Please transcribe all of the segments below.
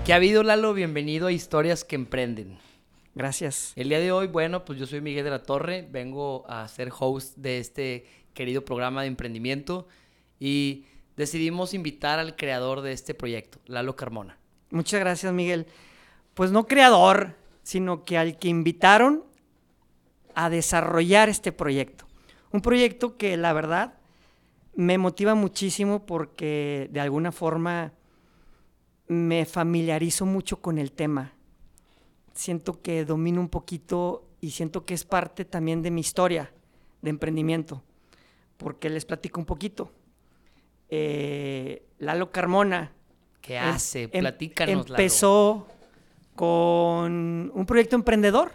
¿Qué ha habido, Lalo? Bienvenido a Historias que Emprenden. Gracias. El día de hoy, bueno, pues yo soy Miguel de la Torre, vengo a ser host de este querido programa de emprendimiento y decidimos invitar al creador de este proyecto, Lalo Carmona. Muchas gracias, Miguel. Pues no creador, sino que al que invitaron a desarrollar este proyecto. Un proyecto que la verdad me motiva muchísimo porque de alguna forma me familiarizo mucho con el tema. Siento que domino un poquito y siento que es parte también de mi historia de emprendimiento, porque les platico un poquito. Lalo Carmona. ¿Qué hace? Platícanos, Lalo. Empezó con un proyecto emprendedor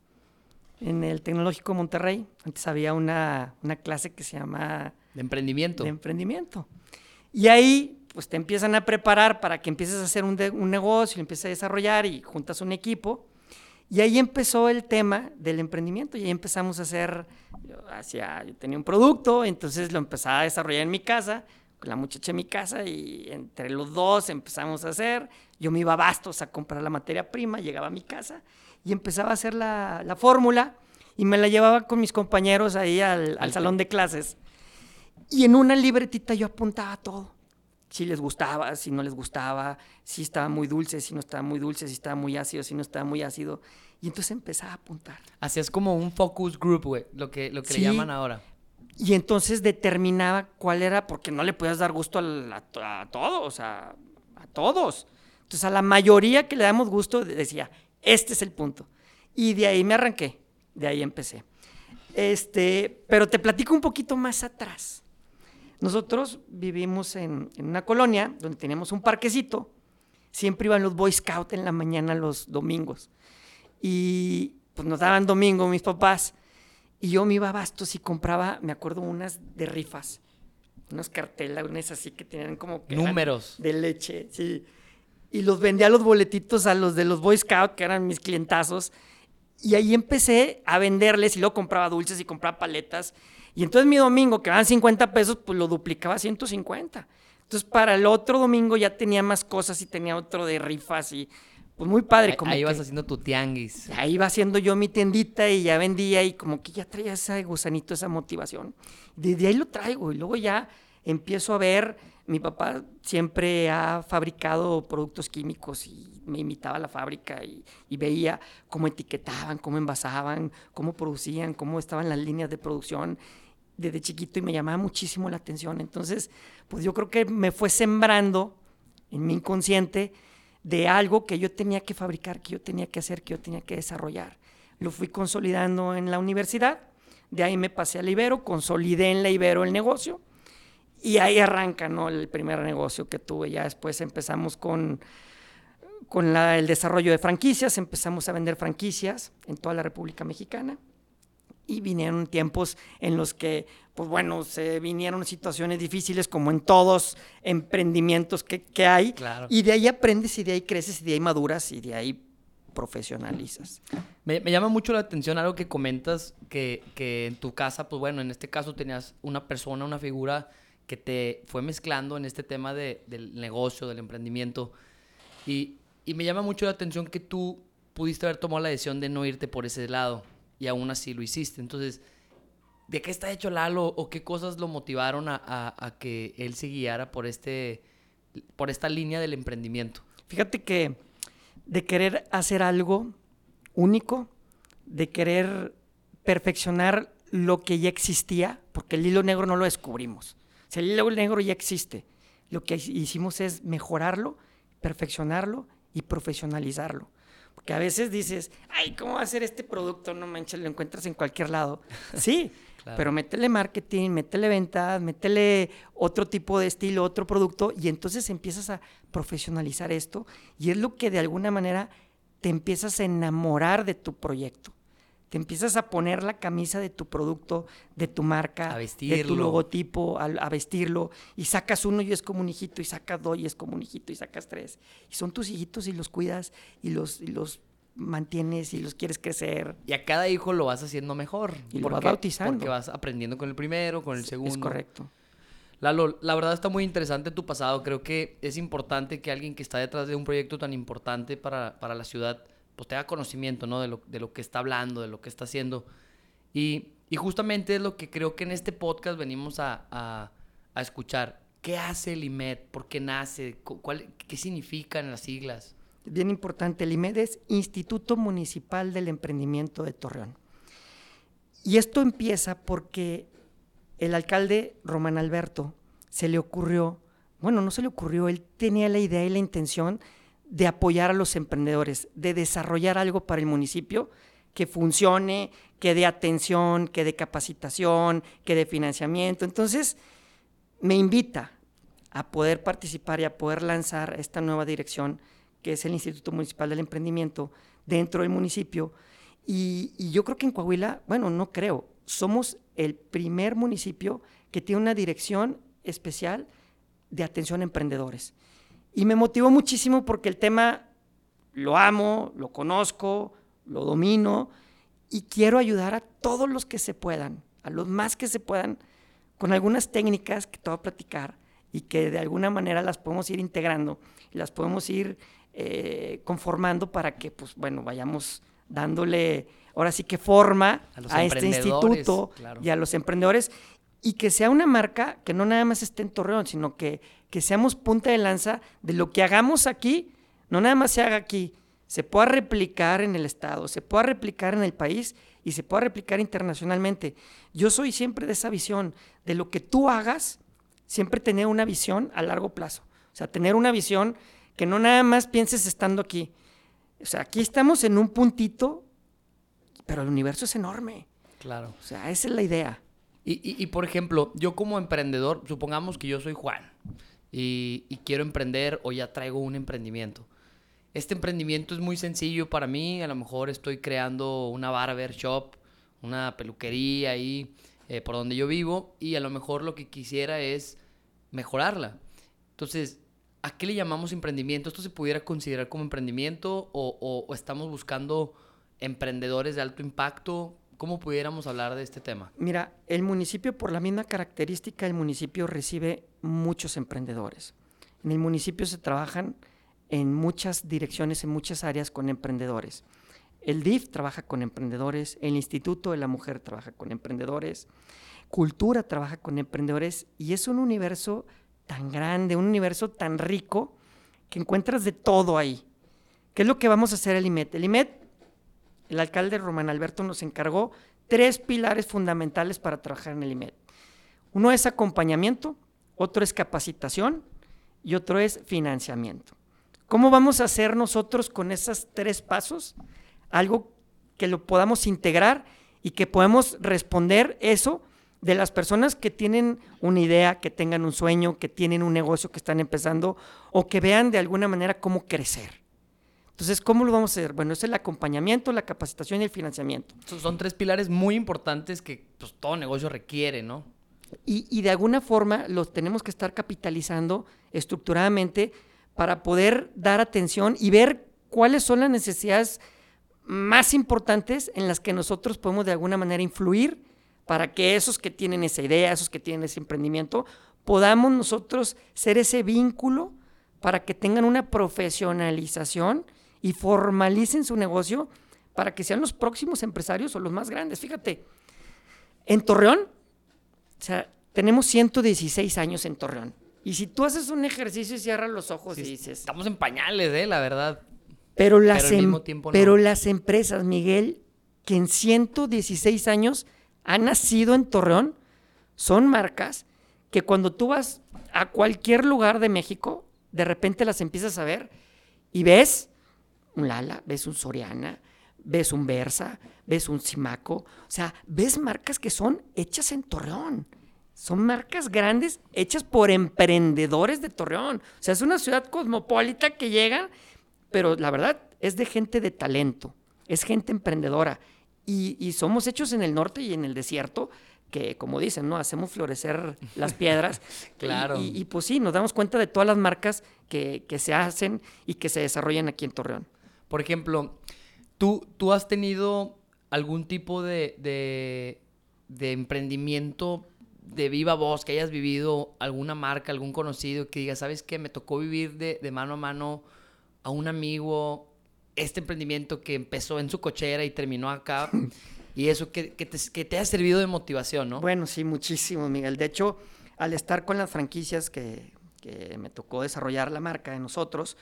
en el Tecnológico de Monterrey. Antes había una clase que se llama... De emprendimiento. De emprendimiento. Y ahí pues te empiezan a preparar para que empieces a hacer un negocio, lo empieces a desarrollar y juntas un equipo. Y ahí empezó el tema del emprendimiento y ahí empezamos a hacer, yo tenía un producto, entonces lo empezaba a desarrollar en mi casa, con la muchacha en mi casa y entre los dos empezamos a hacer. Yo me iba a Bastos a comprar la materia prima, llegaba a mi casa y empezaba a hacer la fórmula y me la llevaba con mis compañeros ahí al salón de clases. Y en una libretita yo apuntaba todo. Si les gustaba, si no les gustaba, si estaba muy dulce, si no estaba muy dulce, si estaba muy ácido, si no estaba muy ácido. Y entonces empezaba a apuntar. Hacías como un focus group, güey, lo que Sí. le llaman ahora. Y entonces determinaba cuál era, porque no le podías dar gusto a todos, o sea, a todos. Entonces a la mayoría que le damos gusto decía, este es el punto. Y de ahí me arranqué, de ahí empecé. Pero te platico un poquito más atrás. Nosotros vivimos en una colonia donde teníamos un parquecito. Siempre iban los Boy Scouts en la mañana los domingos. Y pues nos daban domingo mis papás. Y yo me iba a Bastos y compraba, me acuerdo, unas de rifas. Unas cartelas, unas así que tenían como que números de leche, sí. Y los vendía los boletitos a los de los Boy Scouts, que eran mis clientazos. Y ahí empecé a venderles y luego compraba dulces y compraba paletas. Y entonces mi domingo, que eran 50 pesos, pues lo duplicaba a 150. Entonces para el otro domingo ya tenía más cosas y tenía otro de rifas y pues muy padre. Ahí ibas haciendo tu tianguis. Ahí iba haciendo yo mi tiendita y ya vendía y como que ya traía ese gusanito, esa motivación. Desde ahí lo traigo y luego ya empiezo a ver, mi papá siempre ha fabricado productos químicos y me invitaba a la fábrica y veía cómo etiquetaban, cómo envasaban, cómo producían, cómo estaban las líneas de producción desde chiquito y me llamaba muchísimo la atención. Entonces, pues yo creo que me fue sembrando en mi inconsciente de algo que yo tenía que fabricar, que yo tenía que hacer, que yo tenía que desarrollar. Lo fui consolidando en la universidad, de ahí me pasé a la Ibero, consolidé en la Ibero el negocio y ahí arranca, ¿no?, el primer negocio que tuve. Ya después empezamos con el desarrollo de franquicias, empezamos a vender franquicias en toda la República Mexicana. Y vinieron tiempos en los que, pues bueno, se vinieron situaciones difíciles como en todos emprendimientos que hay. Claro. Y de ahí aprendes y de ahí creces y de ahí maduras y de ahí profesionalizas. Me llama mucho la atención algo que comentas, que en tu casa, pues bueno, en este caso tenías una persona, una figura que te fue mezclando en este tema del negocio, del emprendimiento. Y me llama mucho la atención que tú pudiste haber tomado la decisión de no irte por ese lado. Y aún así lo hiciste. Entonces, ¿de qué está hecho Lalo? ¿O qué cosas lo motivaron a que él se guiara por esta línea del emprendimiento? Fíjate que de querer hacer algo único, de querer perfeccionar lo que ya existía, porque el hilo negro no lo descubrimos. O sea, el hilo negro ya existe. Lo que hicimos es mejorarlo, perfeccionarlo y profesionalizarlo. Porque a veces dices, ay, ¿cómo va a ser este producto? No manches, lo encuentras en cualquier lado. Sí, claro. Pero métele marketing, métele ventas, métele otro tipo de estilo, otro producto, y entonces empiezas a profesionalizar esto, y es lo que de alguna manera te empiezas a enamorar de tu proyecto. Te empiezas a poner la camisa de tu producto, de tu marca, de tu logotipo, a vestirlo, y sacas uno y es como un hijito, y sacas dos y es como un hijito, y sacas tres. Y son tus hijitos y los cuidas y los mantienes y los quieres crecer. Y a cada hijo lo vas haciendo mejor. Y lo vas bautizando. Porque vas aprendiendo con el primero, con el segundo. Es correcto. Lalo, la verdad está muy interesante tu pasado. Creo que es importante que alguien que está detrás de un proyecto tan importante para la ciudad, pues tenga conocimiento, ¿no? De lo que está hablando, de lo que está haciendo. Y justamente es lo que creo que en este podcast venimos a escuchar. ¿Qué hace el IMED? ¿Por qué nace? ¿Qué significan las siglas? Bien importante, el IMED es Instituto Municipal del Emprendimiento de Torreón. Y esto empieza porque el alcalde Román Alberto se le ocurrió, bueno, no se le ocurrió, él tenía la idea y la intención de apoyar a los emprendedores, de desarrollar algo para el municipio que funcione, que dé atención, que dé capacitación, que dé financiamiento. Entonces, me invita a poder participar y a poder lanzar esta nueva dirección, que es el Instituto Municipal del Emprendimiento, dentro del municipio. Y yo creo que en Coahuila, bueno, no creo, somos el primer municipio que tiene una dirección especial de atención a emprendedores. Y me motivó muchísimo porque el tema lo amo, lo conozco, lo domino y quiero ayudar a todos los que se puedan, a los más que se puedan, con algunas técnicas que te voy a platicar y que de alguna manera las podemos ir integrando y las podemos ir conformando para que, pues bueno, vayamos dándole ahora sí que forma a este instituto, claro, y a los emprendedores, y que sea una marca que no nada más esté en Torreón, sino que seamos punta de lanza de lo que hagamos aquí, no nada más se haga aquí, se pueda replicar en el estado, se pueda replicar en el país y se pueda replicar internacionalmente. Yo soy siempre de esa visión, de lo que tú hagas, siempre tener una visión a largo plazo. O sea, tener una visión que no nada más pienses estando aquí. O sea, aquí estamos en un puntito, pero el universo es enorme. Claro. O sea, esa es la idea. Y por ejemplo, yo como emprendedor, supongamos que yo soy Juan y quiero emprender o ya traigo un emprendimiento. Este emprendimiento es muy sencillo para mí. A lo mejor estoy creando una barber shop, una peluquería ahí por donde yo vivo y a lo mejor lo que quisiera es mejorarla. Entonces, ¿a qué le llamamos emprendimiento? ¿Esto se pudiera considerar como emprendimiento o estamos buscando emprendedores de alto impacto? ¿Cómo pudiéramos hablar de este tema? Mira, el municipio, por la misma característica, el municipio recibe muchos emprendedores. En el municipio se trabajan en muchas direcciones, en muchas áreas con emprendedores. El DIF trabaja con emprendedores, el Instituto de la Mujer trabaja con emprendedores, Cultura trabaja con emprendedores y es un universo tan grande, un universo tan rico que encuentras de todo ahí. ¿Qué es lo que vamos a hacer el IMED? El IMED, el alcalde Román Alberto nos encargó 3 pilares fundamentales para trabajar en el IMED. Uno es acompañamiento, otro es capacitación y otro es financiamiento. ¿Cómo vamos a hacer nosotros con esos 3 pasos? Algo que lo podamos integrar y que podamos responder eso de las personas que tienen una idea, que tengan un sueño, que tienen un negocio que están empezando o que vean de alguna manera cómo crecer. Entonces, ¿cómo lo vamos a hacer? Bueno, es el acompañamiento, la capacitación y el financiamiento. Son 3 pilares muy importantes que pues, todo negocio requiere, ¿no? Y de alguna forma los tenemos que estar capitalizando estructuradamente para poder dar atención y ver cuáles son las necesidades más importantes en las que nosotros podemos de alguna manera influir para que esos que tienen esa idea, esos que tienen ese emprendimiento, podamos nosotros ser ese vínculo para que tengan una profesionalización y formalicen su negocio para que sean los próximos empresarios o los más grandes. Fíjate, en Torreón, o sea, tenemos 116 años en Torreón. Y si tú haces un ejercicio y cierras los ojos y dices... Estamos en pañales, la verdad. Pero al mismo tiempo no. Pero las empresas, Miguel, que en 116 años han nacido en Torreón, son marcas que cuando tú vas a cualquier lugar de México, de repente las empiezas a ver y ves un Lala, ves un Soriana, ves un Versa, ves un Simaco. O sea, ves marcas que son hechas en Torreón. Son marcas grandes hechas por emprendedores de Torreón. O sea, es una ciudad cosmopolita que llegan, pero la verdad es de gente de talento, es gente emprendedora. Y somos hechos en el norte y en el desierto, que como dicen, ¿no? Hacemos florecer las piedras. Claro. Y pues sí, nos damos cuenta de todas las marcas que se hacen y que se desarrollan aquí en Torreón. Por ejemplo, ¿tú has tenido algún tipo de emprendimiento de viva voz, que hayas vivido alguna marca, algún conocido, que digas, ¿sabes qué? Me tocó vivir de mano a mano a un amigo este emprendimiento que empezó en su cochera y terminó acá. Y eso que te ha servido de motivación, ¿no? Bueno, sí, muchísimo, Miguel. De hecho, al estar con las franquicias que me tocó desarrollar la marca de nosotros,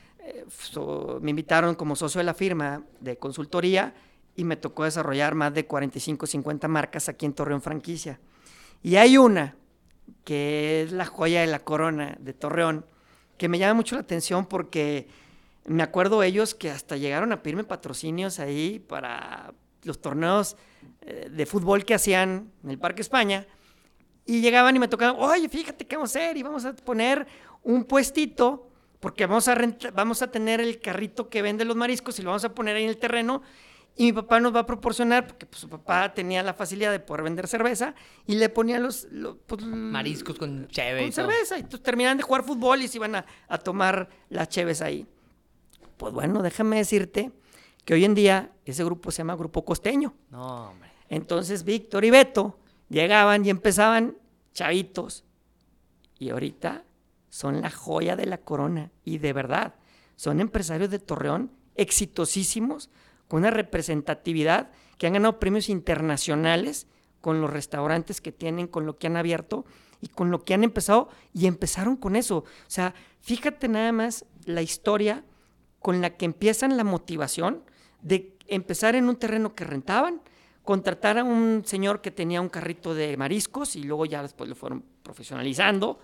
me invitaron como socio de la firma de consultoría y me tocó desarrollar más de 45, 50 marcas aquí en Torreón franquicia. Y hay una que es la joya de la corona de Torreón, que me llama mucho la atención porque me acuerdo ellos que hasta llegaron a pedirme patrocinios ahí para los torneos de fútbol que hacían en el Parque España, y llegaban y me tocaban, oye, fíjate qué vamos a hacer, y vamos a poner un puestito, porque vamos a tener el carrito que vende los mariscos y lo vamos a poner ahí en el terreno, y mi papá nos va a proporcionar, porque pues, su papá tenía la facilidad de poder vender cerveza, y le ponía mariscos con cheve con cerveza, y entonces terminaban de jugar fútbol y se iban a tomar las cheves ahí. Pues bueno, déjame decirte que hoy en día ese grupo se llama Grupo Costeño. No, hombre. Entonces Víctor y Beto llegaban y empezaban chavitos, y ahorita son la joya de la corona, y de verdad, son empresarios de Torreón exitosísimos, con una representatividad, que han ganado premios internacionales con los restaurantes que tienen, con lo que han abierto y con lo que han empezado, y empezaron con eso. O sea, fíjate nada más la historia con la que empiezan, la motivación de empezar en un terreno que rentaban, contratar a un señor que tenía un carrito de mariscos y luego ya después lo fueron profesionalizando,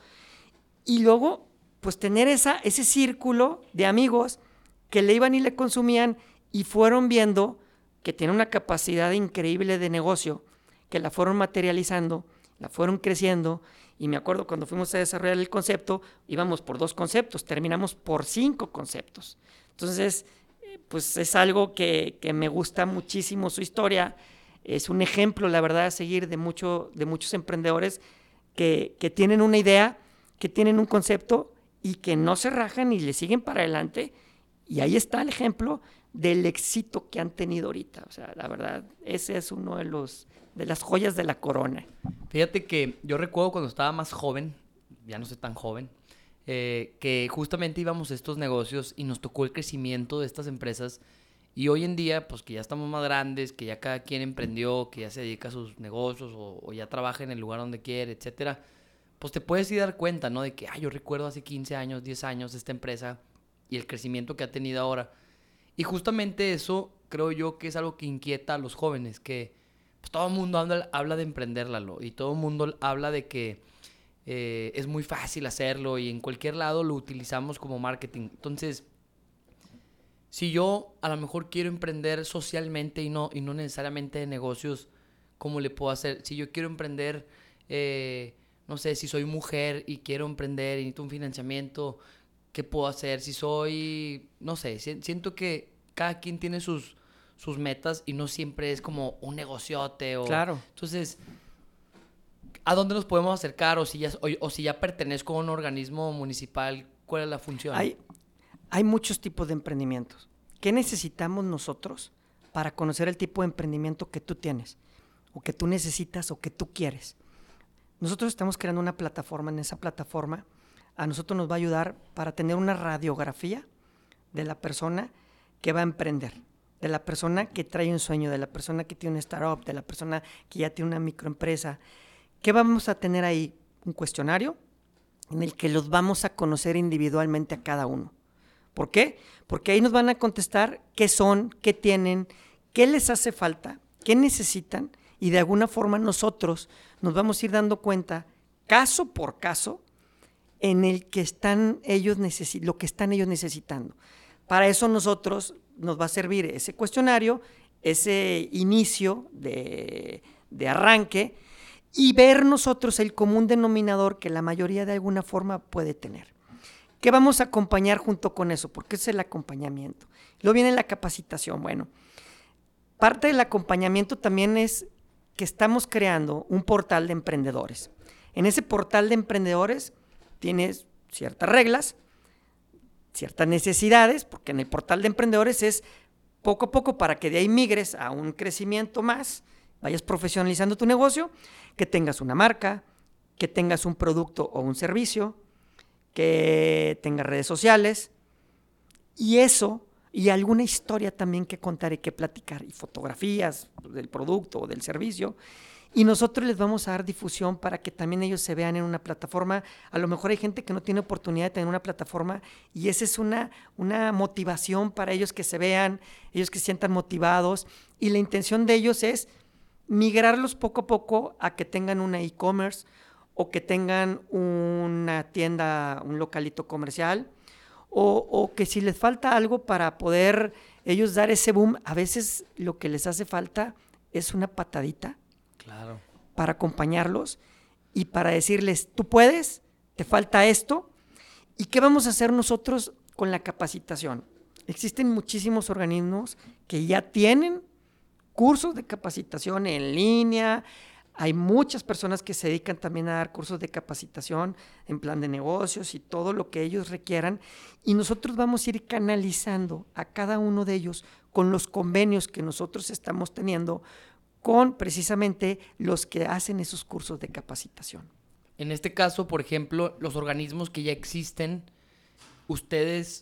y luego pues tener ese círculo de amigos que le iban y le consumían, y fueron viendo que tiene una capacidad increíble de negocio, que la fueron materializando, la fueron creciendo. Y me acuerdo cuando fuimos a desarrollar el concepto, íbamos por 2 conceptos, terminamos por 5 conceptos. Entonces, pues es algo que me gusta muchísimo su historia. Es un ejemplo, la verdad, a seguir de muchos emprendedores que tienen una idea, que tienen un concepto y que no se rajan y le siguen para adelante. Y ahí está el ejemplo del éxito que han tenido ahorita. O sea, la verdad, ese es uno de las joyas de la corona. Fíjate que yo recuerdo cuando estaba más joven, ya no soy tan joven, que justamente íbamos a estos negocios y nos tocó el crecimiento de estas empresas. Y hoy en día, pues que ya estamos más grandes, que ya cada quien emprendió, que ya se dedica a sus negocios o ya trabaja en el lugar donde quiere, etcétera, pues te puedes ir dar cuenta, ¿no? De que, yo recuerdo hace 15 años, 10 años esta empresa y el crecimiento que ha tenido ahora. Y justamente eso creo yo que es algo que inquieta a los jóvenes, que pues, todo el mundo habla de emprender, Lalo, y todo el mundo habla de que es muy fácil hacerlo y en cualquier lado lo utilizamos como marketing. Entonces, si yo a lo mejor quiero emprender socialmente y no necesariamente de negocios, ¿cómo le puedo hacer? Si yo quiero emprender, no sé, si soy mujer y quiero emprender y necesito un financiamiento, ¿qué puedo hacer? Si soy, no sé, siento que cada quien tiene sus metas y no siempre es como un negociote. Claro. Entonces, ¿a dónde nos podemos acercar? O si ya pertenezco a un organismo municipal, ¿cuál es la función? Hay muchos tipos de emprendimientos. ¿Qué necesitamos nosotros para conocer el tipo de emprendimiento que tú tienes, o que tú necesitas, o que tú quieres? Nosotros estamos creando una plataforma. En esa plataforma a nosotros nos va a ayudar para tener una radiografía de la persona que va a emprender, de la persona que trae un sueño, de la persona que tiene una startup, de la persona que ya tiene una microempresa. ¿Qué vamos a tener ahí? Un cuestionario en el que los vamos a conocer individualmente a cada uno. ¿Por qué? Porque ahí nos van a contestar qué son, qué tienen, qué les hace falta, qué necesitan, y de alguna forma nosotros nos vamos a ir dando cuenta, caso por caso, en el que están ellos lo que están ellos necesitando. Para eso nosotros nos va a servir ese cuestionario, ese inicio de arranque, y ver nosotros el común denominador que la mayoría de alguna forma puede tener. ¿Qué vamos a acompañar junto con eso? Porque es el acompañamiento. Luego viene la capacitación. Bueno, parte del acompañamiento también es que estamos creando un portal de emprendedores. En ese portal de emprendedores tienes ciertas reglas, ciertas necesidades, porque en el portal de emprendedores es poco a poco para que de ahí migres a un crecimiento más, vayas profesionalizando tu negocio, que tengas una marca, que tengas un producto o un servicio, que tengas redes sociales, y eso, y alguna historia también que contar y que platicar, y fotografías del producto o del servicio, y nosotros les vamos a dar difusión para que también ellos se vean en una plataforma. A lo mejor hay gente que no tiene oportunidad de tener una plataforma y esa es una motivación para ellos que se vean, ellos que se sientan motivados, y la intención de ellos es migrarlos poco a poco a que tengan una e-commerce o que tengan una tienda, un localito comercial, o que si les falta algo para poder ellos dar ese boom, a veces lo que les hace falta es una patadita. Claro. Para acompañarlos y para decirles, tú puedes, te falta esto. ¿Y qué vamos a hacer nosotros con la capacitación? Existen muchísimos organismos que ya tienen cursos de capacitación en línea. Hay muchas personas que se dedican también a dar cursos de capacitación en plan de negocios y todo lo que ellos requieran. Y nosotros vamos a ir canalizando a cada uno de ellos con los convenios que nosotros estamos teniendo con precisamente los que hacen esos cursos de capacitación. En este caso, por ejemplo, los organismos que ya existen, ustedes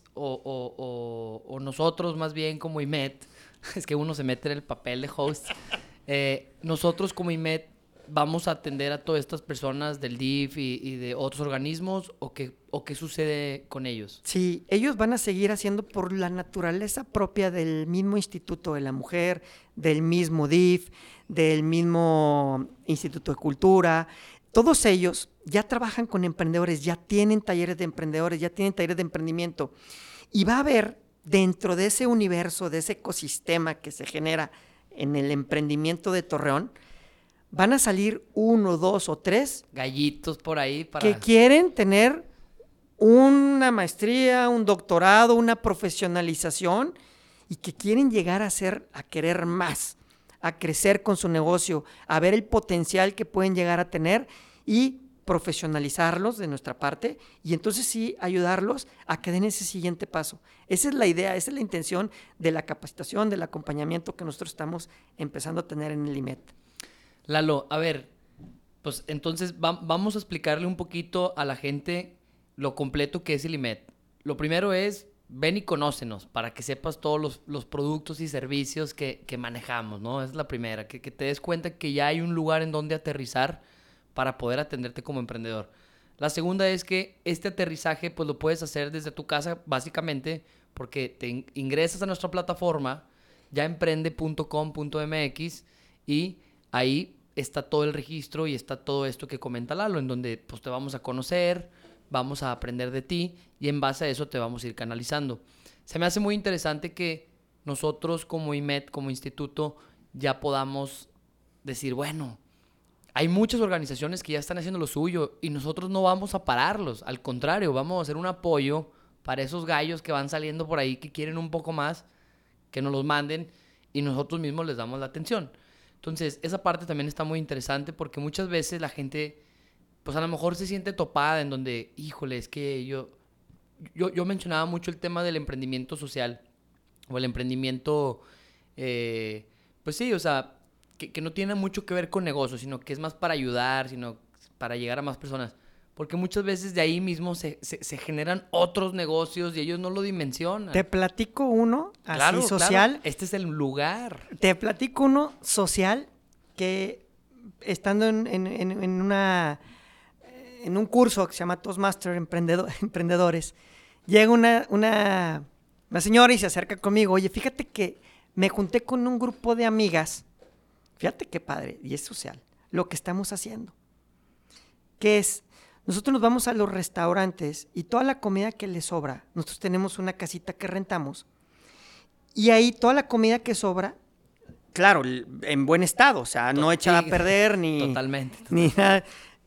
o nosotros más bien como IMED, es que uno se mete en el papel de host, nosotros como IMED vamos a atender a todas estas personas del DIF y de otros organismos, o qué sucede con ellos. Sí, ellos van a seguir haciendo por la naturaleza propia del mismo Instituto de la Mujer, del mismo DIF, del mismo Instituto de Cultura. Todos ellos ya trabajan con emprendedores, ya tienen talleres de emprendedores, ya tienen talleres de emprendimiento. Y va a haber dentro de ese universo, de ese ecosistema que se genera en el emprendimiento de Torreón, van a salir 1, 2 o 3 gallitos por ahí que quieren tener una maestría, un doctorado, una profesionalización y que quieren llegar a querer más, a crecer con su negocio, a ver el potencial que pueden llegar a tener y profesionalizarlos de nuestra parte y entonces sí ayudarlos a que den ese siguiente paso. Esa es la idea, esa es la intención de la capacitación, del acompañamiento que nosotros estamos empezando a tener en el IMED. Lalo, a ver, pues entonces vamos a explicarle un poquito a la gente lo completo que es el IMED. Lo primero es, ven y conócenos para que sepas todos los productos y servicios que manejamos, ¿no? Esa es la primera, que te des cuenta que ya hay un lugar en donde aterrizar para poder atenderte como emprendedor. La segunda es que este aterrizaje pues lo puedes hacer desde tu casa básicamente porque te ingresas a nuestra plataforma yaemprende.com.mx y ahí está todo el registro y está todo esto que comenta Lalo, en donde pues te vamos a conocer, vamos a aprender de ti y en base a eso te vamos a ir canalizando. Se me hace muy interesante que nosotros como IMED, como instituto, ya podamos decir, bueno, hay muchas organizaciones que ya están haciendo lo suyo y nosotros no vamos a pararlos. Al contrario, vamos a hacer un apoyo para esos gallos que van saliendo por ahí que quieren un poco más, que nos los manden y nosotros mismos les damos la atención. Entonces, esa parte también está muy interesante porque muchas veces la gente, pues a lo mejor se siente topada en donde, híjole, es que yo mencionaba mucho el tema del emprendimiento social o el emprendimiento, pues sí, o sea, que no tiene mucho que ver con negocios, sino que es más para ayudar, sino para llegar a más personas. Porque muchas veces de ahí mismo se generan otros negocios y ellos no lo dimensionan. Te platico uno así social. Claro. Este es el lugar. Te platico uno social que estando en un curso que se llama Toastmaster Emprendedores, llega una señora y se acerca conmigo. Oye, fíjate que me junté con un grupo de amigas. Fíjate qué padre, y es social, lo que estamos haciendo. Que es, nosotros nos vamos a los restaurantes y toda la comida que les sobra, nosotros tenemos una casita que rentamos, y ahí toda la comida que sobra, claro, en buen estado, o sea, no echada a perder ni... Totalmente. Ni nada.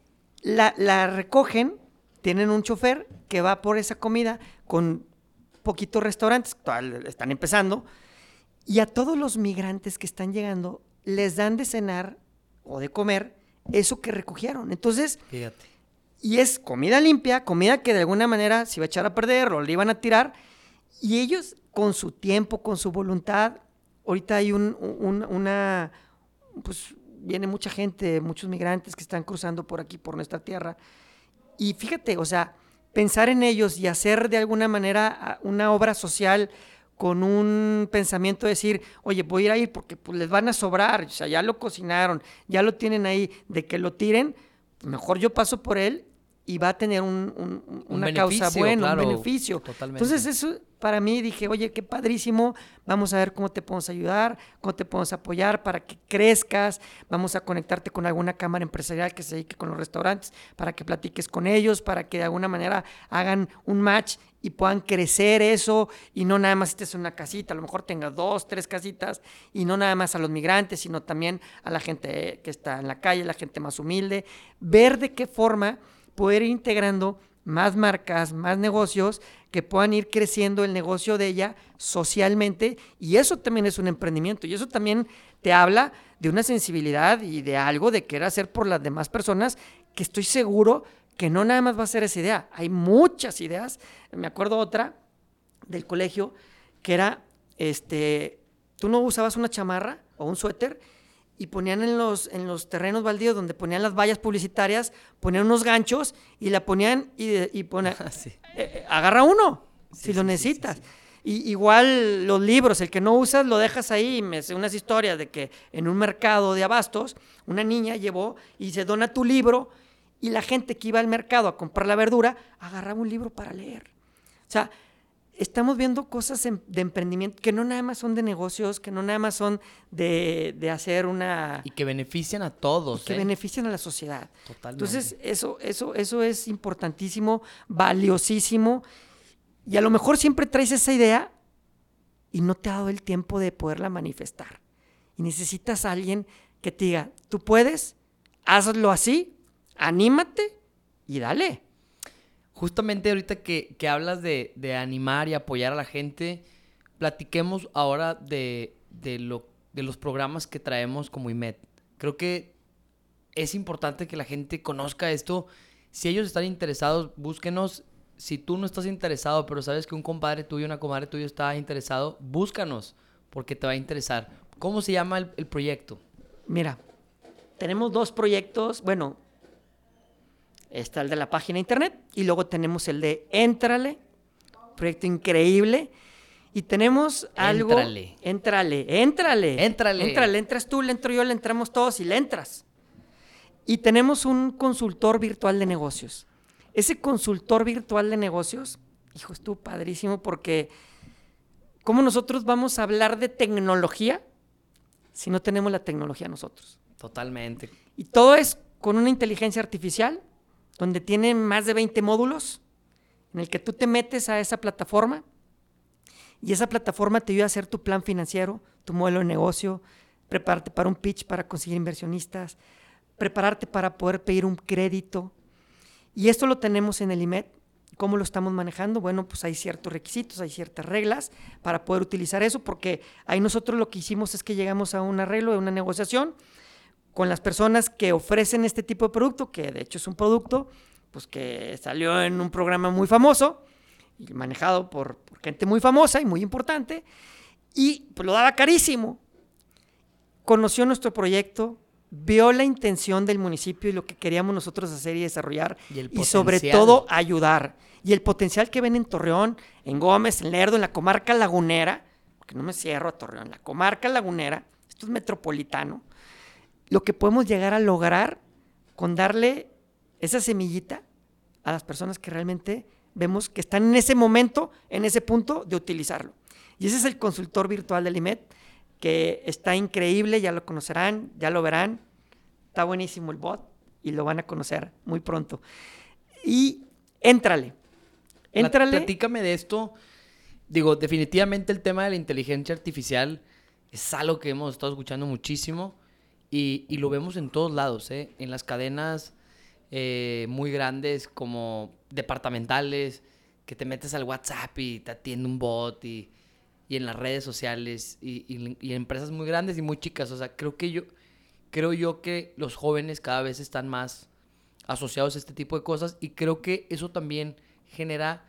La recogen, tienen un chofer que va por esa comida con poquitos restaurantes, están empezando, y a todos los migrantes que están llegando les dan de cenar o de comer eso que recogieron. Entonces, fíjate. Y es comida limpia, comida que de alguna manera se iba a echar a perder o le iban a tirar, y ellos con su tiempo, con su voluntad, ahorita hay viene mucha gente, muchos migrantes que están cruzando por aquí, por nuestra tierra. Y fíjate, o sea, pensar en ellos y hacer de alguna manera una obra social con un pensamiento de decir, oye, voy a ir porque pues, les van a sobrar, o sea, ya lo cocinaron, ya lo tienen ahí, de que lo tiren, mejor yo paso por él y va a tener una causa buena, claro, un beneficio. Totalmente. Entonces eso para mí dije, oye, qué padrísimo, vamos a ver cómo te podemos ayudar, cómo te podemos apoyar para que crezcas, vamos a conectarte con alguna cámara empresarial que se dedique con los restaurantes, para que platiques con ellos, para que de alguna manera hagan un match y puedan crecer eso, y no nada más estés en una casita, a lo mejor tengas 2, 3 casitas, y no nada más a los migrantes, sino también a la gente que está en la calle, la gente más humilde, ver de qué forma poder ir integrando más marcas, más negocios que puedan ir creciendo el negocio de ella socialmente, y eso también es un emprendimiento, y eso también te habla de una sensibilidad y de algo de querer hacer por las demás personas, que estoy seguro que no nada más va a ser esa idea, hay muchas ideas. Me acuerdo otra del colegio que era, tú no usabas una chamarra o un suéter y ponían en los terrenos baldíos donde ponían las vallas publicitarias, ponían unos ganchos y la ponían y ponían, sí. Agarra uno, sí, si lo necesitas. Sí. Y igual los libros, el que no usas lo dejas ahí. Me sé unas historias de que en un mercado de abastos una niña llevó y se dona tu libro, y la gente que iba al mercado a comprar la verdura agarraba un libro para leer. O sea, estamos viendo cosas de emprendimiento que no nada más son de negocios, que no nada más son de hacer una... Y que benefician a todos. Que benefician a la sociedad. Totalmente. Entonces, eso es importantísimo, valiosísimo. Y a lo mejor siempre traes esa idea y no te ha dado el tiempo de poderla manifestar. Y necesitas a alguien que te diga, tú puedes, hazlo así, anímate y dale. Justamente ahorita que hablas de animar y apoyar a la gente, platiquemos ahora de los programas que traemos como IMED. Creo que es importante que la gente conozca esto. Si ellos están interesados, búsquenos. Si tú no estás interesado, pero sabes que un compadre tuyo, una comadre tuya está interesado, búscanos, porque te va a interesar. ¿Cómo se llama el proyecto? Mira, tenemos 2 proyectos. Bueno, está el de la página de internet y luego tenemos el de Éntrale, proyecto increíble. Y tenemos algo... Éntrale. Entras tú, le entro yo, le entramos todos y le entras. Y tenemos un consultor virtual de negocios. Ese consultor virtual de negocios, hijo, estuvo padrísimo, porque ¿cómo nosotros vamos a hablar de tecnología si no tenemos la tecnología nosotros? Totalmente. Y todo es con una inteligencia artificial, donde tiene más de 20 módulos, en el que tú te metes a esa plataforma, y esa plataforma te ayuda a hacer tu plan financiero, tu modelo de negocio, prepararte para un pitch para conseguir inversionistas, prepararte para poder pedir un crédito. Y esto lo tenemos en el IMED. ¿Cómo lo estamos manejando? Bueno, pues hay ciertos requisitos, hay ciertas reglas para poder utilizar eso, porque ahí nosotros lo que hicimos es que llegamos a un arreglo, a una negociación con las personas que ofrecen este tipo de producto, que de hecho es un producto pues, que salió en un programa muy famoso y manejado por gente muy famosa y muy importante, y pues lo daba carísimo. Conoció nuestro proyecto, vio la intención del municipio y lo que queríamos nosotros hacer y desarrollar, y sobre todo ayudar. Y el potencial que ven en Torreón, en Gómez, en Lerdo, en la comarca lagunera, porque no me cierro a Torreón, la comarca lagunera, esto es metropolitano, lo que podemos llegar a lograr con darle esa semillita a las personas que realmente vemos que están en ese momento, en ese punto de utilizarlo. Y ese es el consultor virtual del IMED, que está increíble, ya lo conocerán, ya lo verán, está buenísimo el bot y lo van a conocer muy pronto. Y éntrale. Platícame de esto. Digo, definitivamente el tema de la inteligencia artificial es algo que hemos estado escuchando muchísimo y lo vemos en todos lados, ¿eh? En las cadenas muy grandes como departamentales, que te metes al WhatsApp y te atiende un bot y en las redes sociales y en empresas muy grandes y muy chicas. O sea, creo yo que los jóvenes cada vez están más asociados a este tipo de cosas, y creo que eso también genera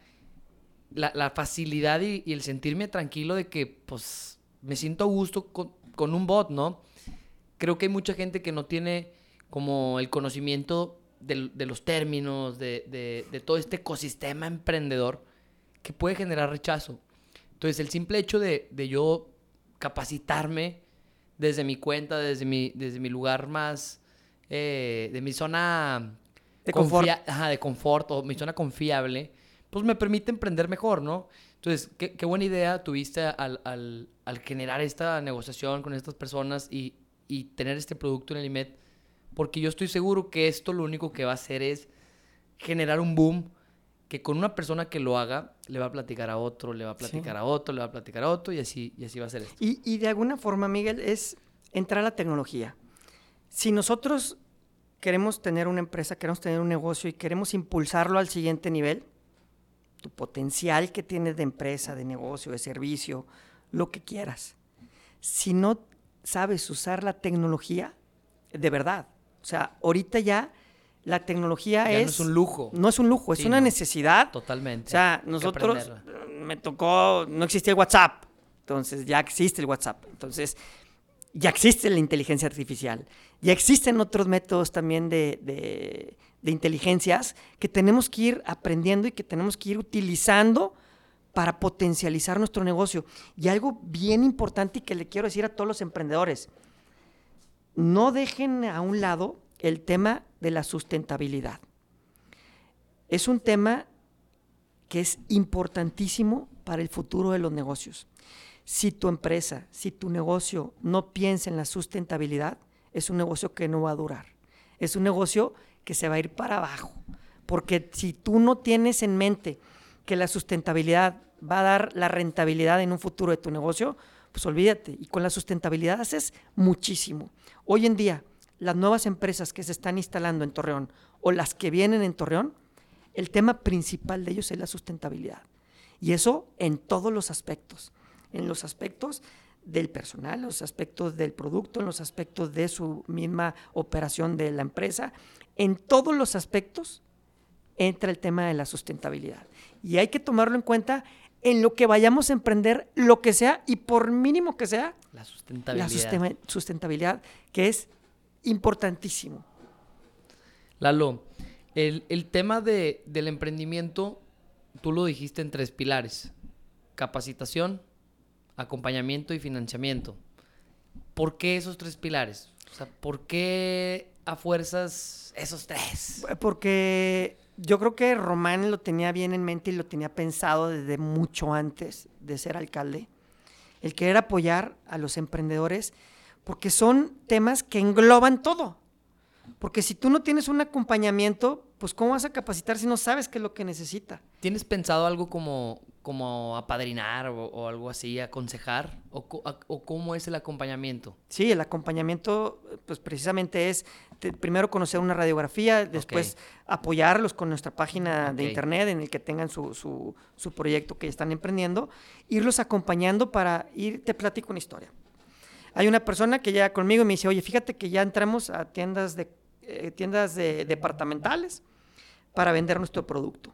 la facilidad y el sentirme tranquilo de que pues me siento a gusto con un bot, ¿no? creo que hay mucha gente que no tiene como el conocimiento de los términos, de todo este ecosistema emprendedor que puede generar rechazo. Entonces, el simple hecho de yo capacitarme desde mi cuenta, desde mi lugar más, de mi zona De confort. de confort o mi zona confiable, pues me permite emprender mejor, ¿no? Entonces, qué buena idea tuviste al generar esta negociación con estas personas y tener este producto en el IMED, porque yo estoy seguro que esto lo único que va a hacer es generar un boom que con una persona que lo haga, le va a platicar a otro, le va a platicar a otro, le va a platicar a otro, y así va a ser esto. Y de alguna forma, Miguel, es entrar a la tecnología. Si nosotros queremos tener una empresa, queremos tener un negocio y queremos impulsarlo al siguiente nivel, tu potencial que tienes de empresa, de negocio, de servicio, lo que quieras. Si no sabes usar la tecnología, de verdad, o sea, ahorita ya la tecnología ya no es un lujo. No es un lujo, es una necesidad. Totalmente. O sea, nosotros, me tocó, no existía el WhatsApp, entonces ya existe el WhatsApp. Entonces, ya existe la inteligencia artificial. Ya existen otros métodos también de inteligencias que tenemos que ir aprendiendo y que tenemos que ir utilizando para potencializar nuestro negocio. Y algo bien importante y que le quiero decir a todos los emprendedores, no dejen a un lado el tema de la sustentabilidad. Es un tema que es importantísimo para el futuro de los negocios. Si tu empresa, si tu negocio no piensa en la sustentabilidad, es un negocio que no va a durar. Es un negocio que se va a ir para abajo. Porque si tú no tienes en mente que la sustentabilidad va a dar la rentabilidad en un futuro de tu negocio, pues olvídate. Y con la sustentabilidad haces muchísimo. Hoy en día, las nuevas empresas que se están instalando en Torreón o las que vienen en Torreón, el tema principal de ellos es la sustentabilidad. Y eso en todos los aspectos. En los aspectos del personal, en los aspectos del producto, en los aspectos de su misma operación de la empresa. En todos los aspectos entra el tema de la sustentabilidad. Y hay que tomarlo en cuenta en lo que vayamos a emprender, lo que sea, y por mínimo que sea, la sustentabilidad. La sustentabilidad, que es importantísimo. Lalo, el tema del emprendimiento, tú lo dijiste en 3 pilares: capacitación, acompañamiento y financiamiento. ¿Por qué esos 3 pilares? O sea, ¿por qué a fuerzas esos 3? Porque yo creo que Román lo tenía bien en mente y lo tenía pensado desde mucho antes de ser alcalde. El querer apoyar a los emprendedores, porque son temas que engloban todo. Porque si tú no tienes un acompañamiento, pues ¿cómo vas a capacitar si no sabes qué es lo que necesita? ¿Tienes pensado algo como apadrinar o algo así, aconsejar? ¿O cómo es el acompañamiento? Sí, el acompañamiento, pues precisamente es primero conocer una radiografía, después apoyarlos con nuestra página de internet en el que tengan su proyecto que están emprendiendo, irlos acompañando para te platico una historia. Hay una persona que llega conmigo y me dice, oye, fíjate que ya entramos a tiendas departamentales para vender nuestro producto.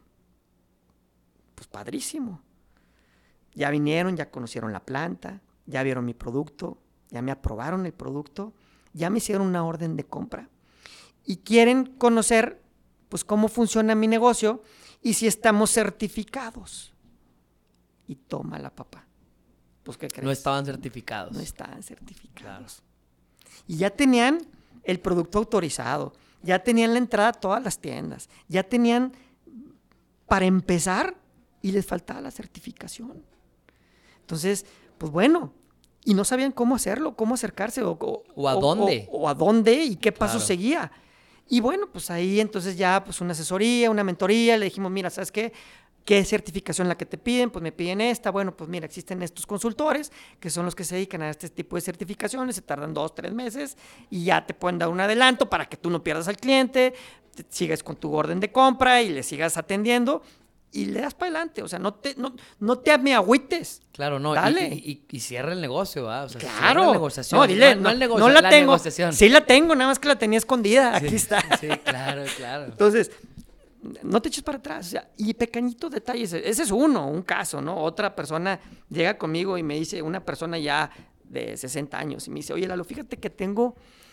Pues padrísimo. Ya vinieron, ya conocieron la planta, ya vieron mi producto, ya me aprobaron el producto, ya me hicieron una orden de compra y quieren conocer pues cómo funciona mi negocio y si estamos certificados. Y tómala, papá. Pues, ¿qué crees? No estaban certificados. No estaban certificados. Claro. Y ya tenían el producto autorizado, ya tenían la entrada a todas las tiendas, ya tenían para empezar y les faltaba la certificación. Entonces, pues bueno, y no sabían cómo hacerlo, cómo acercarse o a dónde. O a dónde y qué paso seguía. Y bueno, pues ahí entonces ya pues una asesoría, una mentoría, le dijimos, mira, ¿sabes qué? ¿Qué certificación la que te piden? Pues me piden esta. Bueno, pues mira, existen estos consultores que son los que se dedican a este tipo de certificaciones, se tardan 2-3 meses y ya te pueden dar un adelanto para que tú no pierdas al cliente, sigas con tu orden de compra y le sigas atendiendo y le das para adelante. O sea, no te me agüites. Claro, no. Dale. Y cierra el negocio, ¿va? O sea, claro. La negociación. No, dile, no el negocio, no la tengo. Negociación. Sí la tengo, nada más que la tenía escondida. Sí, aquí está. Sí, claro. Entonces, no te eches para atrás. O sea, y pequeñitos detalles. Ese es un caso, ¿no? Otra persona llega conmigo y me dice, una persona ya de 60 años, y me dice, oye, Lalo, fíjate que tengo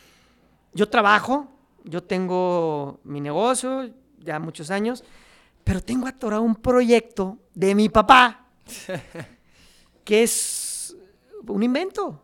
yo trabajo, yo tengo mi negocio, ya muchos años, pero tengo atorado un proyecto de mi papá que es un invento.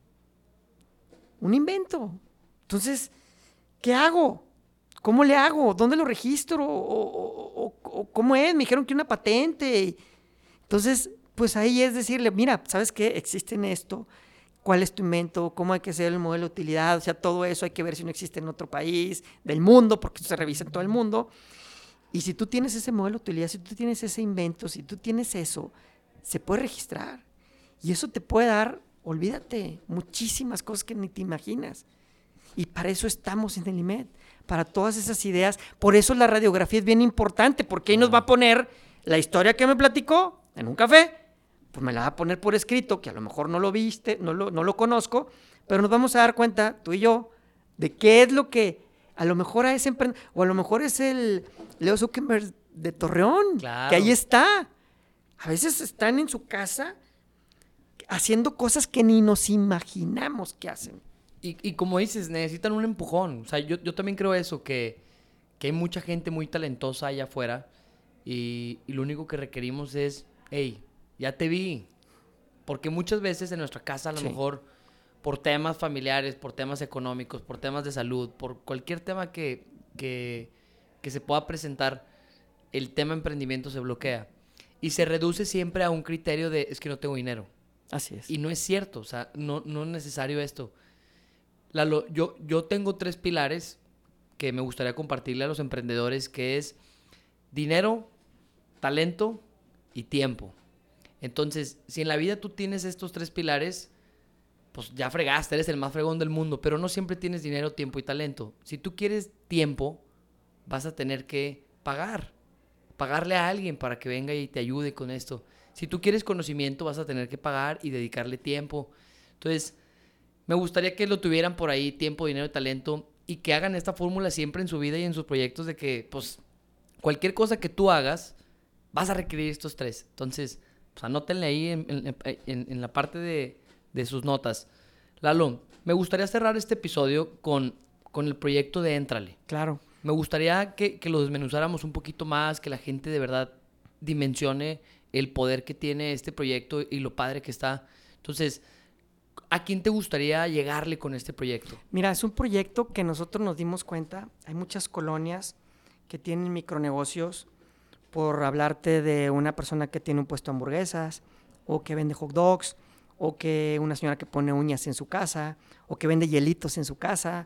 Un invento. Entonces, ¿qué hago? ¿Cómo le hago? ¿Dónde lo registro? ¿O cómo es? Me dijeron que una patente. Entonces, pues ahí es decirle, mira, ¿sabes qué? Existen esto. ¿Cuál es tu invento? ¿Cómo hay que hacer el modelo de utilidad? O sea, todo eso hay que ver si no existe en otro país del mundo, porque eso se revisa en todo el mundo. Y si tú tienes ese modelo de utilidad, si tú tienes ese invento, si tú tienes eso, se puede registrar. Y eso te puede dar, olvídate, muchísimas cosas que ni te imaginas. Y para eso estamos en el IMED, para todas esas ideas. Por eso la radiografía es bien importante, porque ahí nos va a poner la historia que me platicó en un café, pues me la va a poner por escrito, que a lo mejor no lo viste, no lo conozco, pero nos vamos a dar cuenta, tú y yo, de qué es lo que a lo mejor a ese emprendedor, o a lo mejor es el Leo Zuckerberg de Torreón, Claro. que ahí está. A veces están en su casa haciendo cosas que ni nos imaginamos que hacen. Y como dices, necesitan un empujón. O sea, yo también creo eso, que hay mucha gente muy talentosa allá afuera y lo único que requerimos es, hey, ya te vi. Porque muchas veces en nuestra casa a lo mejor por temas familiares, por temas económicos, por temas de salud, por cualquier tema que se pueda presentar, el tema emprendimiento se bloquea. Y se reduce siempre a un criterio de, es que no tengo dinero. Así es. Y no es cierto, o sea, no es necesario esto. Lalo, yo tengo 3 pilares que me gustaría compartirle a los emprendedores, que es dinero, talento y tiempo. Entonces, si en la vida tú tienes estos 3 pilares, pues ya fregaste, eres el más fregón del mundo, pero no siempre tienes dinero, tiempo y talento. Si tú quieres tiempo, vas a tener que pagarle a alguien para que venga y te ayude con esto. Si tú quieres conocimiento, vas a tener que pagar y dedicarle tiempo. Entonces, me gustaría que lo tuvieran por ahí, tiempo, dinero y talento, y que hagan esta fórmula siempre en su vida y en sus proyectos de que, pues, cualquier cosa que tú hagas, vas a requerir estos 3. Entonces, pues, anótenle ahí en la parte de sus notas. Lalo, me gustaría cerrar este episodio con el proyecto de Éntrale. Claro. Me gustaría que lo desmenuzáramos un poquito más, que la gente de verdad dimensione el poder que tiene este proyecto y lo padre que está. Entonces, ¿a quién te gustaría llegarle con este proyecto? Mira, es un proyecto que nosotros nos dimos cuenta. Hay muchas colonias que tienen micronegocios, por hablarte de una persona que tiene un puesto de hamburguesas, o que vende hot dogs, o que una señora que pone uñas en su casa, o que vende hielitos en su casa,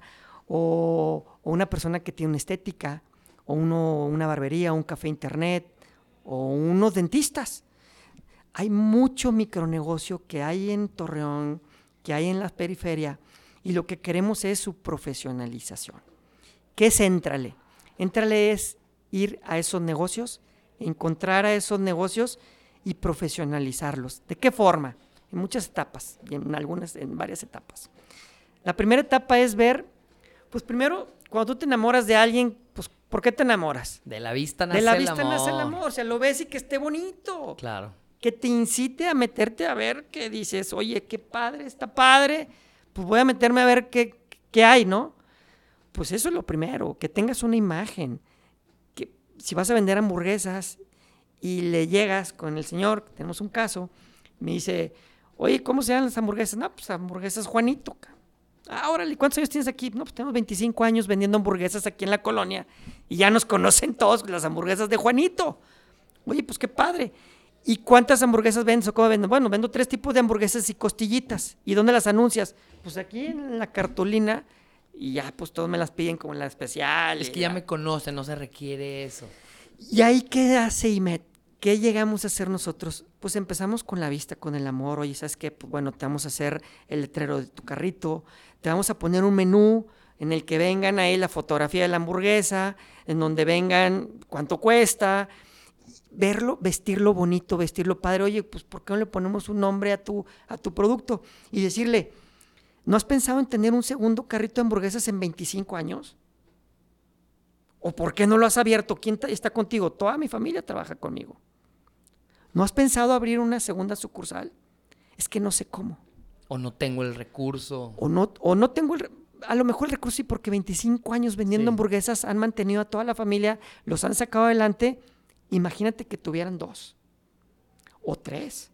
o una persona que tiene una estética, o una barbería, un café internet, o unos dentistas. Hay mucho micronegocio que hay en Torreón, que hay en la periferia, y lo que queremos es su profesionalización. ¿Qué es Éntrale? Éntrale es ir a esos negocios, encontrar a esos negocios y profesionalizarlos. ¿De qué forma? En muchas etapas, y en varias etapas. La primera etapa es ver, pues primero, cuando tú te enamoras de alguien, pues ¿por qué te enamoras? De la vista nace De la el vista amor. nace el amor, o sea, lo ves y que esté bonito. Claro. Que te incite a meterte a ver, que dices, oye, qué padre, está padre, pues voy a meterme a ver qué hay, ¿no? Pues eso es lo primero, que tengas una imagen. Que si vas a vender hamburguesas y le llegas con el señor, tenemos un caso, me dice, oye, ¿cómo se llaman las hamburguesas? No, pues hamburguesas Juanito. Ah, órale, ¿cuántos años tienes aquí? No, pues tenemos 25 años vendiendo hamburguesas aquí en la colonia y ya nos conocen todos las hamburguesas de Juanito. Oye, pues qué padre. ¿Y cuántas hamburguesas vendes o cómo venden? Bueno, vendo 3 tipos de hamburguesas y costillitas. ¿Y dónde las anuncias? Pues aquí en la cartulina y ya pues todos me las piden como en la especial. Es que ya me conocen, no se requiere eso. ¿Y ahí qué hace IMED? ¿Qué llegamos a hacer nosotros? Pues empezamos con la vista, con el amor. Oye, ¿sabes qué? Pues bueno, te vamos a hacer el letrero de tu carrito, te vamos a poner un menú en el que vengan ahí la fotografía de la hamburguesa, en donde vengan cuánto cuesta, verlo, vestirlo bonito, vestirlo padre. Oye, pues ¿por qué no le ponemos un nombre a tu producto? Y decirle, ¿no has pensado en tener un segundo carrito de hamburguesas en 25 años? ¿O por qué no lo has abierto? ¿Quién está contigo? Toda mi familia trabaja conmigo. ¿No has pensado abrir una segunda sucursal? Es que no sé cómo. O no tengo el recurso. O no tengo a lo mejor el recurso y porque 25 años vendiendo hamburguesas han mantenido a toda la familia, los han sacado adelante. Imagínate que tuvieran 2 o 3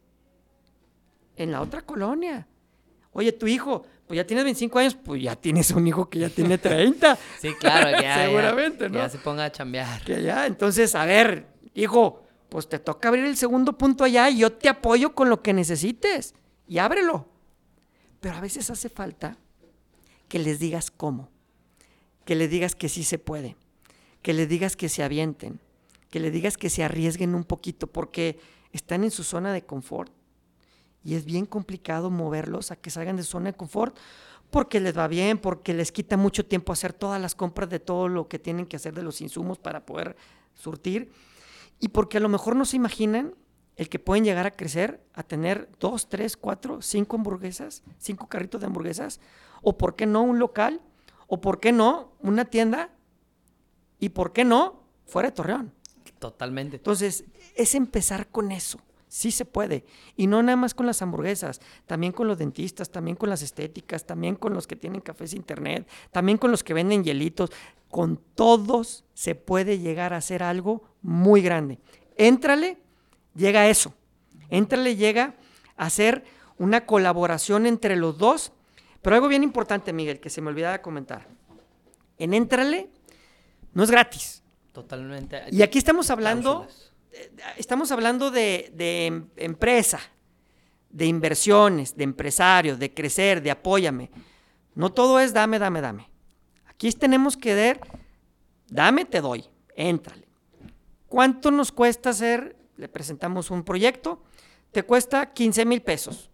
en la otra colonia. Oye, tu hijo, pues ya tienes 25 años, pues ya tienes un hijo que ya tiene 30. Sí, claro, que ya, seguramente, ya, ¿no? ya se ponga a chambear. Que ya, entonces, a ver, hijo, pues te toca abrir el segundo punto allá y yo te apoyo con lo que necesites y ábrelo. Pero a veces hace falta que les digas cómo, que les digas que sí se puede, que les digas que se avienten, que les digas que se arriesguen un poquito porque están en su zona de confort y es bien complicado moverlos a que salgan de su zona de confort porque les va bien, porque les quita mucho tiempo hacer todas las compras de todo lo que tienen que hacer de los insumos para poder surtir y porque a lo mejor no se imaginan el que pueden llegar a crecer, a tener 2, 3, 4, 5 hamburguesas, 5 carritos de hamburguesas, o por qué no un local, o por qué no una tienda, y por qué no fuera de Torreón. Totalmente. Entonces, es empezar con eso. Sí se puede. Y no nada más con las hamburguesas, también con los dentistas, también con las estéticas, también con los que tienen cafés internet, también con los que venden hielitos. Con todos se puede llegar a hacer algo muy grande. Éntrale, llega a eso. Éntrale, llega a hacer una colaboración entre los dos. Pero algo bien importante, Miguel, que se me olvidaba comentar. En Éntrale no es gratis. Totalmente. Y aquí estamos hablando... Cláusulas. Estamos hablando de empresa, de inversiones, de empresarios, de crecer, de apóyame. No todo es dame, dame, dame. Aquí tenemos que ver, dame, te doy, éntrale. ¿Cuánto nos cuesta hacer? Le presentamos un proyecto, te cuesta 15,000 pesos.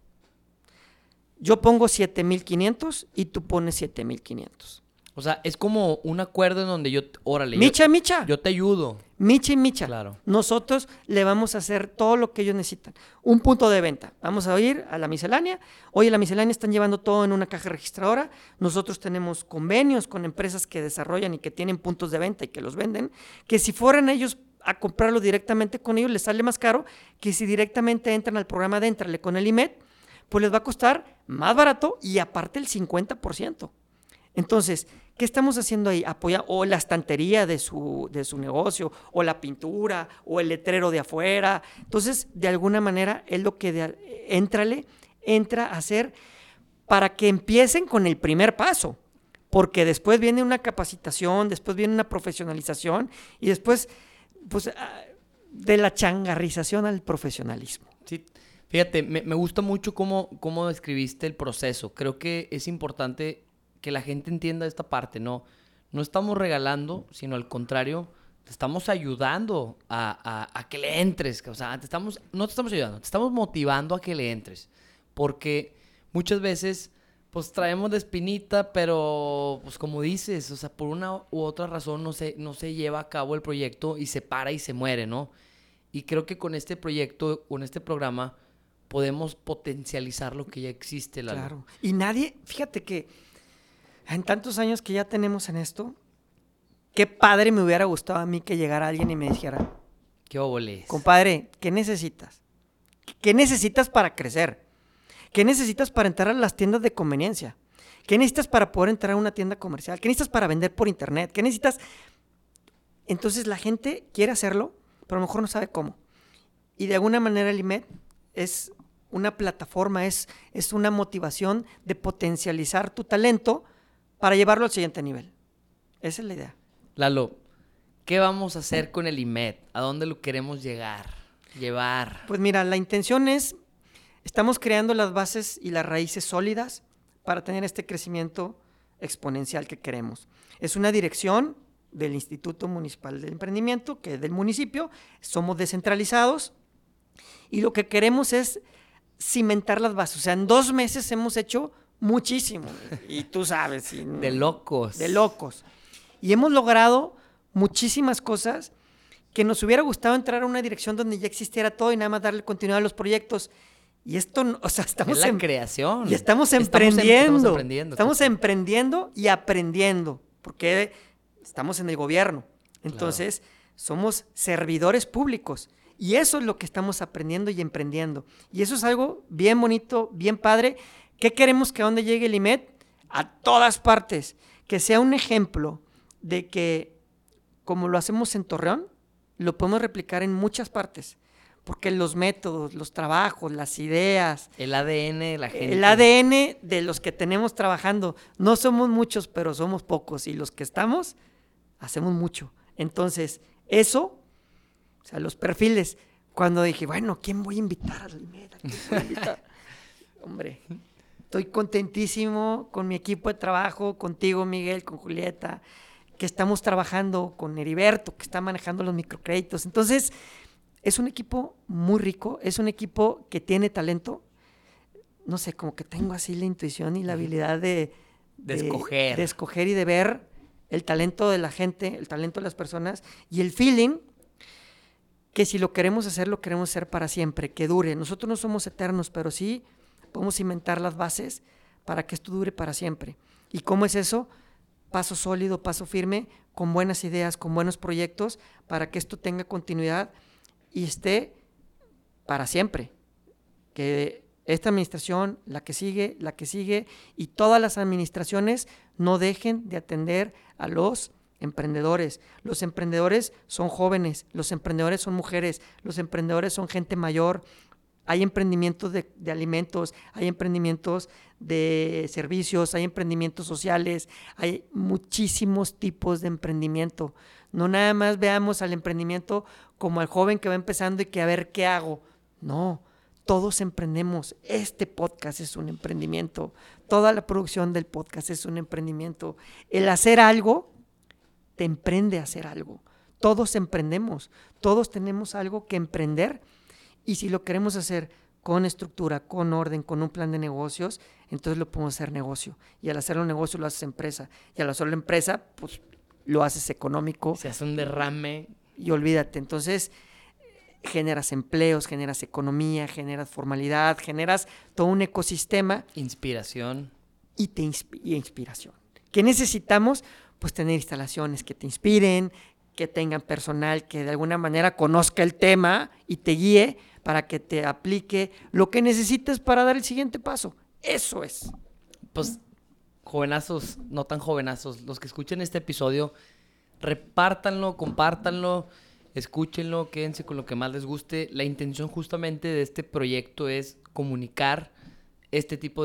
Yo pongo 7,500 y tú pones 7,500. O sea, es como un acuerdo en donde órale. Micha. Yo te ayudo. Micha y micha. Claro. Nosotros le vamos a hacer todo lo que ellos necesitan. Un punto de venta. Vamos a ir a la miscelánea. Oye, la miscelánea están llevando todo en una caja registradora. Nosotros tenemos convenios con empresas que desarrollan y que tienen puntos de venta y que los venden. Que si fueran ellos a comprarlo directamente con ellos, les sale más caro que si directamente entran al programa de Éntrale con el IMED, pues les va a costar más barato y aparte el 50%. Entonces, ¿qué estamos haciendo ahí? Apoyar o la estantería de su negocio, o la pintura, o el letrero de afuera. Entonces, de alguna manera, es lo que entra a hacer para que empiecen con el primer paso. Porque después viene una capacitación, después viene una profesionalización y después, pues, de la changarrización al profesionalismo. Sí. Fíjate, me gusta mucho cómo describiste el proceso. Creo que es importante que la gente entienda esta parte, ¿no? No estamos regalando, sino al contrario, te estamos ayudando a que le entres. O sea, no te estamos ayudando, te estamos motivando a que le entres. Porque muchas veces, pues traemos de espinita, pero, pues como dices, o sea, por una u otra razón no se lleva a cabo el proyecto y se para y se muere, ¿no? Y creo que con este proyecto, con este programa, podemos potencializar lo que ya existe, Lalo. Claro. Y fíjate que en tantos años que ya tenemos en esto, qué padre me hubiera gustado a mí que llegara alguien y me dijera, ¿qué óboles? Compadre, ¿qué necesitas? ¿Qué necesitas para crecer? ¿Qué necesitas para entrar a las tiendas de conveniencia? ¿Qué necesitas para poder entrar a una tienda comercial? ¿Qué necesitas para vender por internet? ¿Qué necesitas? Entonces la gente quiere hacerlo, pero a lo mejor no sabe cómo. Y de alguna manera el IMED es una plataforma, es una motivación de potencializar tu talento para llevarlo al siguiente nivel. Esa es la idea. Lalo, ¿qué vamos a hacer con el IMED? ¿A dónde lo queremos llevar? Pues mira, la intención estamos creando las bases y las raíces sólidas para tener este crecimiento exponencial que queremos. Es una dirección del Instituto Municipal del Emprendimiento, que es del municipio, somos descentralizados y lo que queremos es cimentar las bases. O sea, en 2 meses hemos hecho muchísimo, y tú sabes. De locos. De locos. Y hemos logrado muchísimas cosas que nos hubiera gustado entrar a una dirección donde ya existiera todo y nada más darle continuidad a los proyectos. Y esto, o sea, estamos en creación. Y estamos emprendiendo. Estamos total. emprendiendo y aprendiendo, porque estamos en el gobierno. Entonces, somos servidores públicos. Y eso es lo que estamos aprendiendo y emprendiendo. Y eso es algo bien bonito, bien padre. ¿Qué queremos que a dónde llegue el IMED? a todas partes, que sea un ejemplo de que como lo hacemos en Torreón, lo podemos replicar en muchas partes, porque los métodos, los trabajos, las ideas, el ADN de la gente. El ADN de los que tenemos trabajando, no somos muchos, pero somos pocos, y los que estamos, hacemos mucho. Entonces, eso, o sea, los perfiles, cuando dije, bueno, ¿quién voy a invitar al IMED? ¿A quién voy a invitar? Hombre, estoy contentísimo con mi equipo de trabajo, contigo, Miguel, con Julieta, que estamos trabajando con Heriberto, que está manejando los microcréditos. Entonces, es un equipo muy rico, es un equipo que tiene talento. No sé, como que tengo así la intuición y la habilidad de escoger. De escoger y de ver el talento de la gente, el talento de las personas y el feeling que si lo queremos hacer para siempre, que dure. Nosotros no somos eternos, pero sí podemos cimentar las bases para que esto dure para siempre. ¿Y cómo es eso? Paso sólido, paso firme, con buenas ideas, con buenos proyectos, para que esto tenga continuidad y esté para siempre. Que esta administración, la que sigue y todas las administraciones no dejen de atender a los emprendedores. Los emprendedores son jóvenes, los emprendedores son mujeres, los emprendedores son gente mayor. Hay emprendimientos de alimentos, hay emprendimientos de servicios, hay emprendimientos sociales, hay muchísimos tipos de emprendimiento. No nada más veamos al emprendimiento como al joven que va empezando y que a ver qué hago. No, todos emprendemos. Este podcast es un emprendimiento. Toda la producción del podcast es un emprendimiento. El hacer algo te emprende a hacer algo. Todos emprendemos, todos tenemos algo que emprender. Y si lo queremos hacer con estructura, con orden, con un plan de negocios, entonces lo podemos hacer negocio. Y al hacerlo negocio lo haces empresa. Y al hacerlo empresa, pues lo haces económico. Se hace un derrame. Y olvídate. Entonces generas empleos, generas economía, generas formalidad, generas todo un ecosistema. Inspiración. Y inspiración. ¿Qué necesitamos? Pues tener instalaciones que te inspiren, que tengan personal que de alguna manera conozca el tema y te guíe para que te aplique lo que necesites para dar el siguiente paso. Eso es. Pues, jovenazos, no tan jovenazos, los que escuchen este episodio, repártanlo, compártanlo, escúchenlo, quédense con lo que más les guste. La intención justamente de este proyecto es comunicar este tipo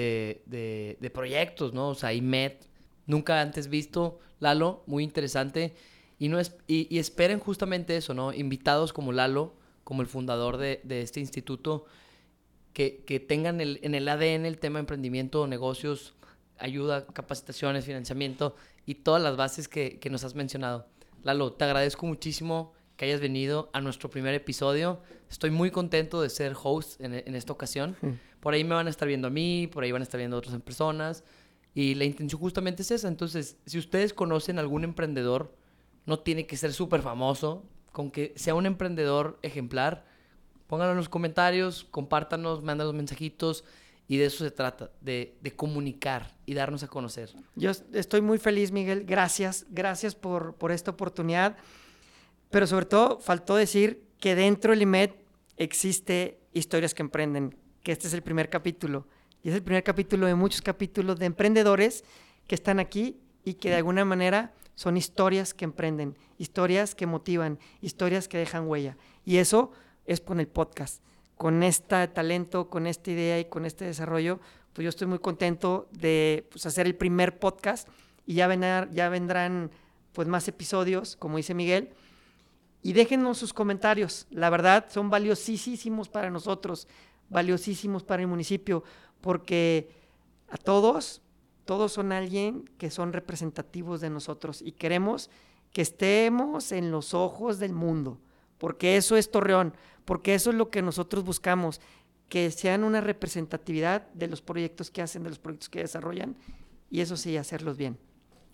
de proyectos, ¿no? O sea, IMED, nunca antes visto, Lalo, muy interesante. Y esperen justamente eso, ¿no? Invitados como Lalo, como el fundador de este instituto, que tengan en el ADN el tema de emprendimiento, negocios, ayuda, capacitaciones, financiamiento y todas las bases que nos has mencionado. Lalo, te agradezco muchísimo que hayas venido a nuestro primer episodio. Estoy muy contento de ser host en esta ocasión. Por ahí me van a estar viendo a mí, por ahí van a estar viendo a otras personas. Y la intención justamente es esa. Entonces, si ustedes conocen algún emprendedor, no tiene que ser súper famoso, con que sea un emprendedor ejemplar, pónganlo en los comentarios, compártanos, mándanos mensajitos, y de eso se trata, de comunicar y darnos a conocer. Yo estoy muy feliz, Miguel, gracias por esta oportunidad, pero sobre todo faltó decir que dentro del IMED existe Historias que Emprenden, que este es el primer capítulo, y es el primer capítulo de muchos capítulos de emprendedores que están aquí y que de alguna manera son historias que emprenden, historias que motivan, historias que dejan huella. Y eso es con el podcast. Con este talento, con esta idea y con este desarrollo, pues yo estoy muy contento de hacer el primer podcast y ya vendrán pues más episodios, como dice Miguel. Y déjennos sus comentarios. La verdad, son valiosísimos para nosotros, valiosísimos para el municipio, porque a todos son alguien que son representativos de nosotros y queremos que estemos en los ojos del mundo, porque eso es Torreón, porque eso es lo que nosotros buscamos, que sean una representatividad de los proyectos que hacen, de los proyectos que desarrollan, y eso sí, hacerlos bien.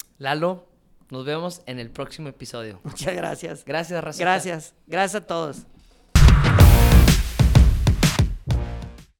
Lalo, nos vemos en el próximo episodio. Muchas gracias. Gracias, Racita. Gracias a todos.